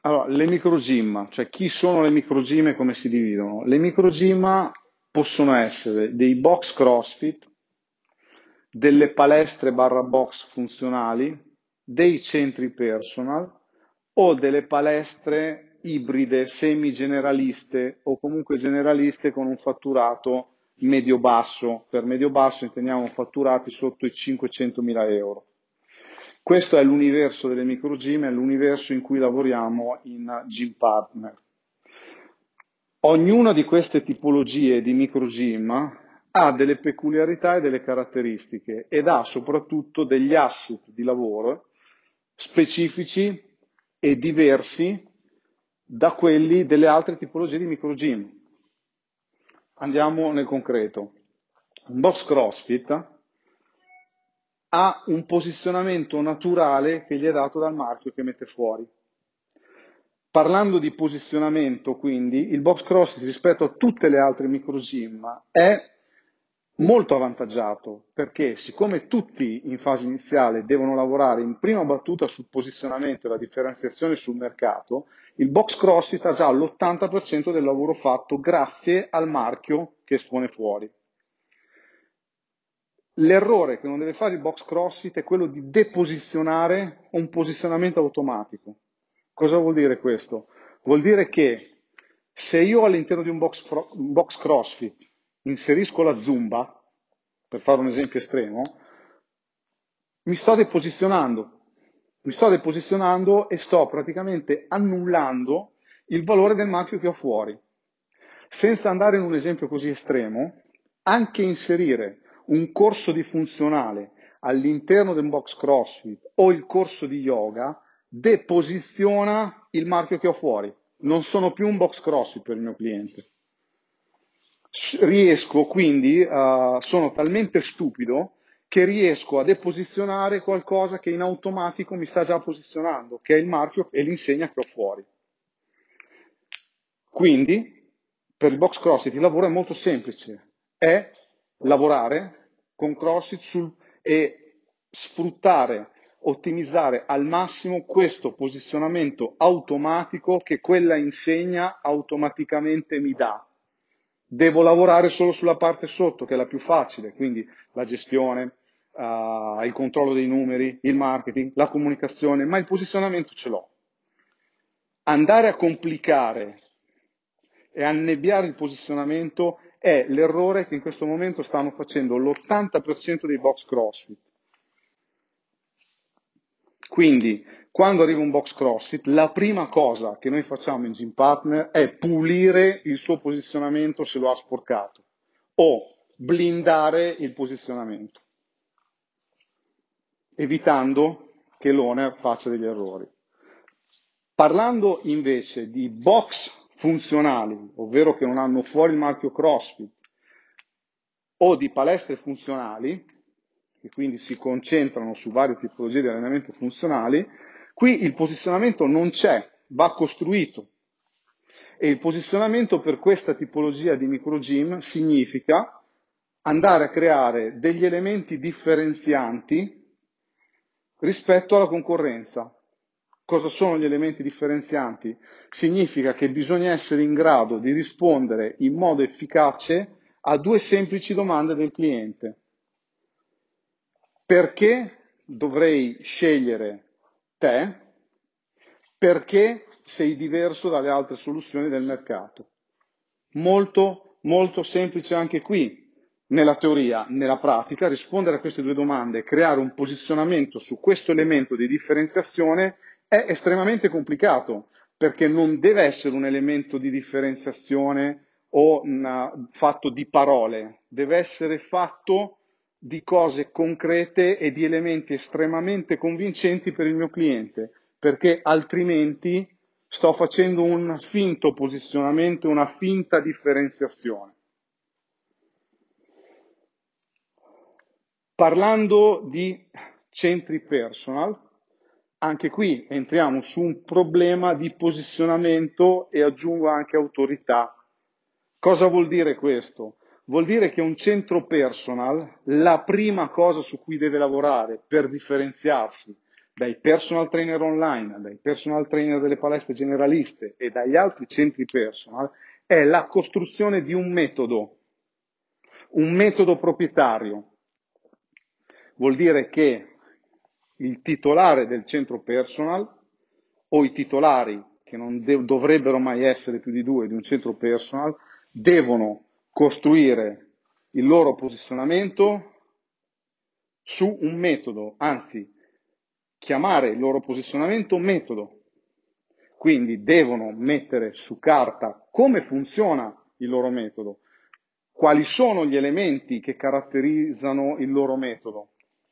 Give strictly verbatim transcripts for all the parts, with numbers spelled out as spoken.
Allora, le micro gym, cioè chi sono le micro gym e come si dividono? Le micro gym possono essere dei box CrossFit, delle palestre barra box funzionali, dei centri personal o delle palestre ibride, semi-generaliste o comunque generaliste con un fatturato medio-basso. Per medio-basso intendiamo fatturati sotto i cinquecentomila euro. Questo è l'universo delle micro gym, è l'universo in cui lavoriamo in Gym Partner. Ognuna di queste tipologie di micro gym ha delle peculiarità e delle caratteristiche ed ha soprattutto degli asset di lavoro specifici e diversi da quelli delle altre tipologie di micro gym. Andiamo nel concreto. Un box CrossFit ha un posizionamento naturale che gli è dato dal marchio che mette fuori. Parlando di posizionamento, quindi, il box CrossFit rispetto a tutte le altre micro gym è molto avvantaggiato perché, siccome tutti in fase iniziale devono lavorare in prima battuta sul posizionamento e la differenziazione sul mercato, il box CrossFit ha già l'ottanta per cento del lavoro fatto grazie al marchio che espone fuori. L'errore che non deve fare il box CrossFit è quello di deposizionare un posizionamento automatico. Cosa vuol dire questo? Vuol dire che se io all'interno di un box, un box CrossFit inserisco la Zumba, per fare un esempio estremo, mi sto deposizionando, mi sto deposizionando e sto praticamente annullando il valore del marchio che ho fuori. Senza andare in un esempio così estremo, anche inserire un corso di funzionale all'interno del box CrossFit o il corso di yoga deposiziona il marchio che ho fuori. Non sono più un box CrossFit per il mio cliente. Riesco quindi, uh, sono talmente stupido che riesco a deposizionare qualcosa che in automatico mi sta già posizionando, che è il marchio e l'insegna che ho fuori. Quindi, per il box CrossFit il lavoro è molto semplice, è lavorare con CrossFit sul, e sfruttare, ottimizzare al massimo questo posizionamento automatico che quella insegna automaticamente mi dà. Devo lavorare solo sulla parte sotto, che è la più facile, quindi la gestione, uh, il controllo dei numeri, il marketing, la comunicazione, ma il posizionamento ce l'ho. Andare a complicare e annebbiare il posizionamento è l'errore che in questo momento stanno facendo l'ottanta per cento dei box CrossFit. Quindi, quando arriva un box CrossFit, la prima cosa che noi facciamo in Gym Partner è pulire il suo posizionamento se lo ha sporcato o blindare il posizionamento, evitando che l'owner faccia degli errori. Parlando invece di box funzionali, ovvero che non hanno fuori il marchio CrossFit, o di palestre funzionali, che quindi si concentrano su varie tipologie di allenamento funzionali, qui il posizionamento non c'è, va costruito. E il posizionamento per questa tipologia di micro gym significa andare a creare degli elementi differenzianti rispetto alla concorrenza. Cosa sono gli elementi differenzianti? Significa che bisogna essere in grado di rispondere in modo efficace a due semplici domande del cliente. Perché dovrei scegliere te? Perché sei diverso dalle altre soluzioni del mercato? Molto, molto semplice anche qui. Nella teoria, nella pratica, rispondere a queste due domande e creare un posizionamento su questo elemento di differenziazione è estremamente complicato, perché non deve essere un elemento di differenziazione o un fatto di parole, deve essere fatto di cose concrete e di elementi estremamente convincenti per il mio cliente, perché altrimenti sto facendo un finto posizionamento, una finta differenziazione. Parlando di centri personal, anche qui entriamo su un problema di posizionamento e aggiungo anche autorità. Cosa vuol dire questo? Vuol dire che un centro personal, la prima cosa su cui deve lavorare per differenziarsi dai personal trainer online, dai personal trainer delle palestre generaliste e dagli altri centri personal, è la costruzione di un metodo, un metodo proprietario. Vuol dire che il titolare del centro personal o i titolari, che non de- dovrebbero mai essere più di due di un centro personal, devono costruire il loro posizionamento su un metodo, anzi, chiamare il loro posizionamento metodo. Quindi devono mettere su carta come funziona il loro metodo, quali sono gli elementi che caratterizzano il loro metodo,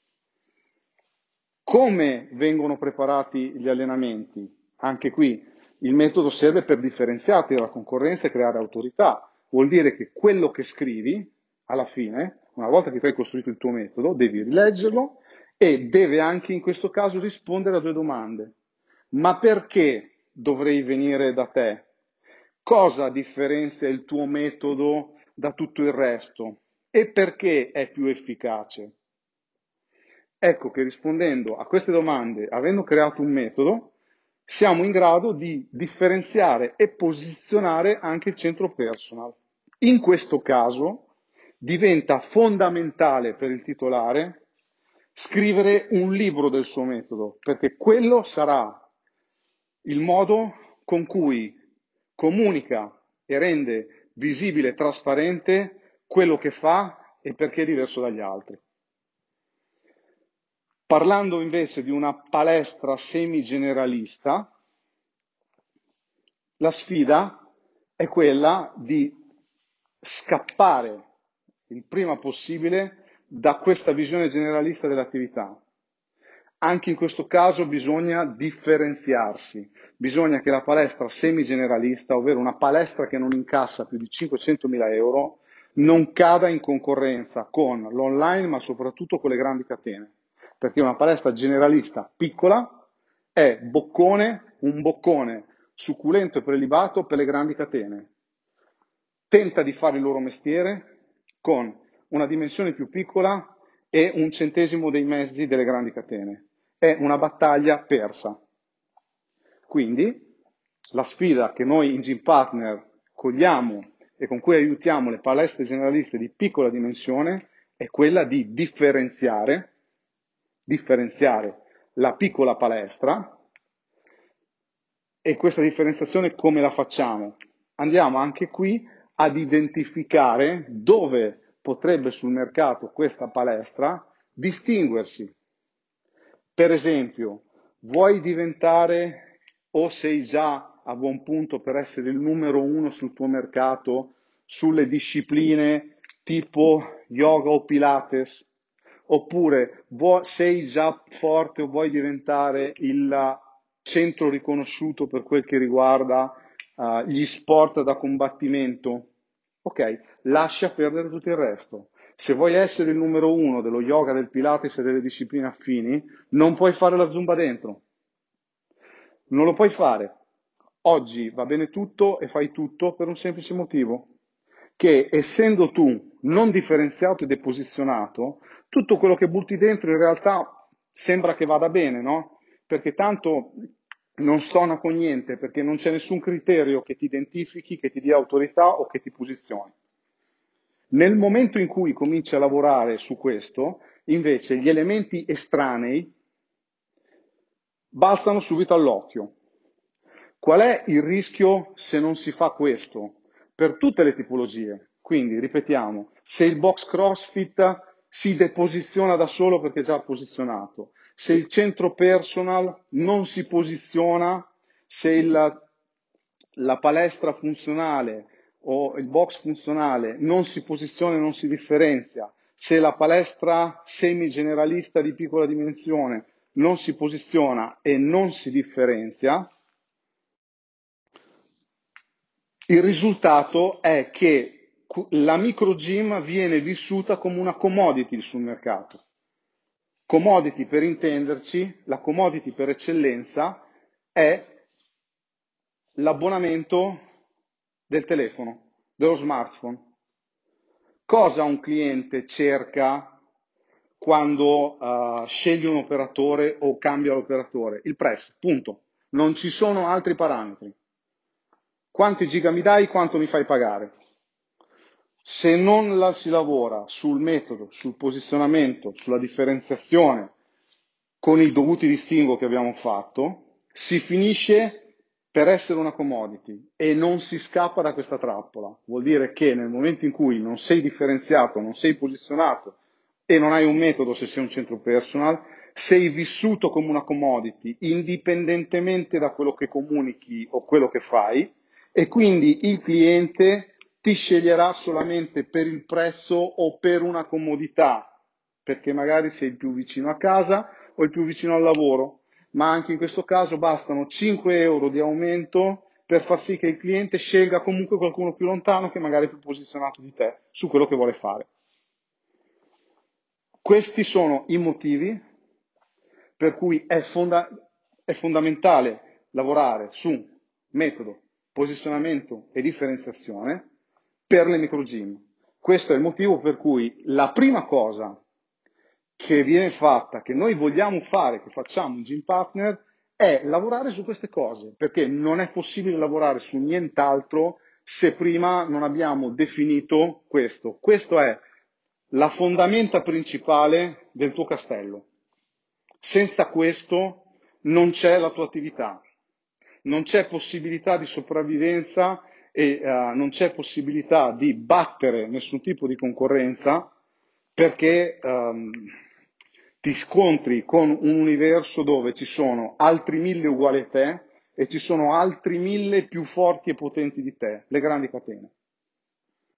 come vengono preparati gli allenamenti. Anche qui il metodo serve per differenziarti dalla concorrenza e creare autorità. Vuol dire che quello che scrivi, alla fine, una volta che tu hai costruito il tuo metodo, devi rileggerlo e deve anche in questo caso rispondere a due domande. Ma perché dovrei venire da te? Cosa differenzia il tuo metodo da tutto il resto? E perché è più efficace? Ecco che rispondendo a queste domande, avendo creato un metodo, siamo in grado di differenziare e posizionare anche il centro personal. In questo caso diventa fondamentale per il titolare scrivere un libro del suo metodo, perché quello sarà il modo con cui comunica e rende visibile e trasparente quello che fa e perché è diverso dagli altri. Parlando invece di una palestra semi-generalista, la sfida è quella di scappare il prima possibile da questa visione generalista dell'attività. Anche in questo caso bisogna differenziarsi, bisogna che la palestra semi-generalista, ovvero una palestra che non incassa più di cinquecentomila euro, non cada in concorrenza con l'online, ma soprattutto con le grandi catene, perché una palestra generalista piccola è boccone, un boccone succulento e prelibato per le grandi catene. Tenta di fare il loro mestiere con una dimensione più piccola e un centesimo dei mezzi delle grandi catene. È una battaglia persa. Quindi la sfida che noi in Gym Partner cogliamo e con cui aiutiamo le palestre generaliste di piccola dimensione è quella di differenziare, differenziare la piccola palestra. E questa differenziazione come la facciamo? Andiamo anche qui ad identificare dove potrebbe sul mercato questa palestra distinguersi. Per esempio, vuoi diventare o sei già a buon punto per essere il numero uno sul tuo mercato sulle discipline tipo yoga o Pilates? Oppure sei già forte o vuoi diventare il centro riconosciuto per quel che riguarda uh, gli sport da combattimento? Ok, lascia perdere tutto il resto. Se vuoi essere il numero uno dello yoga, del Pilates e delle discipline affini, non puoi fare la zumba dentro. Non lo puoi fare. Oggi va bene tutto e fai tutto per un semplice motivo, che essendo tu non differenziato e deposizionato, tutto quello che butti dentro in realtà sembra che vada bene, no? Perché tanto non stona con niente, perché non c'è nessun criterio che ti identifichi, che ti dia autorità o che ti posizioni. Nel momento in cui cominci a lavorare su questo, invece gli elementi estranei balzano subito all'occhio. Qual è il rischio se non si fa questo? Per tutte le tipologie. Quindi, ripetiamo, se il box CrossFit si deposiziona da solo perché è già posizionato, se il centro personal non si posiziona, se il, la palestra funzionale o il box funzionale non si posiziona e non si differenzia, se la palestra semi-generalista di piccola dimensione non si posiziona e non si differenzia, il risultato è che la micro gym viene vissuta come una commodity sul mercato. Commodity, per intenderci, la commodity per eccellenza è l'abbonamento del telefono, dello smartphone. Cosa un cliente cerca quando uh, scegli un operatore o cambia l'operatore? Il prezzo, punto. Non ci sono altri parametri. Quanti giga mi dai, quanto mi fai pagare? Se non la si lavora sul metodo, sul posizionamento, sulla differenziazione, con i dovuti distinguo che abbiamo fatto, si finisce per essere una commodity e non si scappa da questa trappola. Vuol dire che nel momento in cui non sei differenziato, non sei posizionato e non hai un metodo se sei un centro personal, sei vissuto come una commodity indipendentemente da quello che comunichi o quello che fai e quindi il cliente ti sceglierà solamente per il prezzo o per una comodità, perché magari sei il più vicino a casa o il più vicino al lavoro, ma anche in questo caso bastano cinque euro di aumento per far sì che il cliente scelga comunque qualcuno più lontano che magari è più posizionato di te su quello che vuole fare. Questi sono i motivi per cui è, fonda- è fondamentale lavorare su metodo, posizionamento e differenziazione per le microgym. Questo è il motivo per cui la prima cosa che viene fatta, che noi vogliamo fare, che facciamo in Gym Partner, è lavorare su queste cose, perché non è possibile lavorare su nient'altro se prima non abbiamo definito questo. Questo è la fondamenta principale del tuo castello. Senza questo non c'è la tua attività, non c'è possibilità di sopravvivenza e uh, non c'è possibilità di battere nessun tipo di concorrenza perché um, ti scontri con un universo dove ci sono altri mille uguali a te e ci sono altri mille più forti e potenti di te, le grandi catene.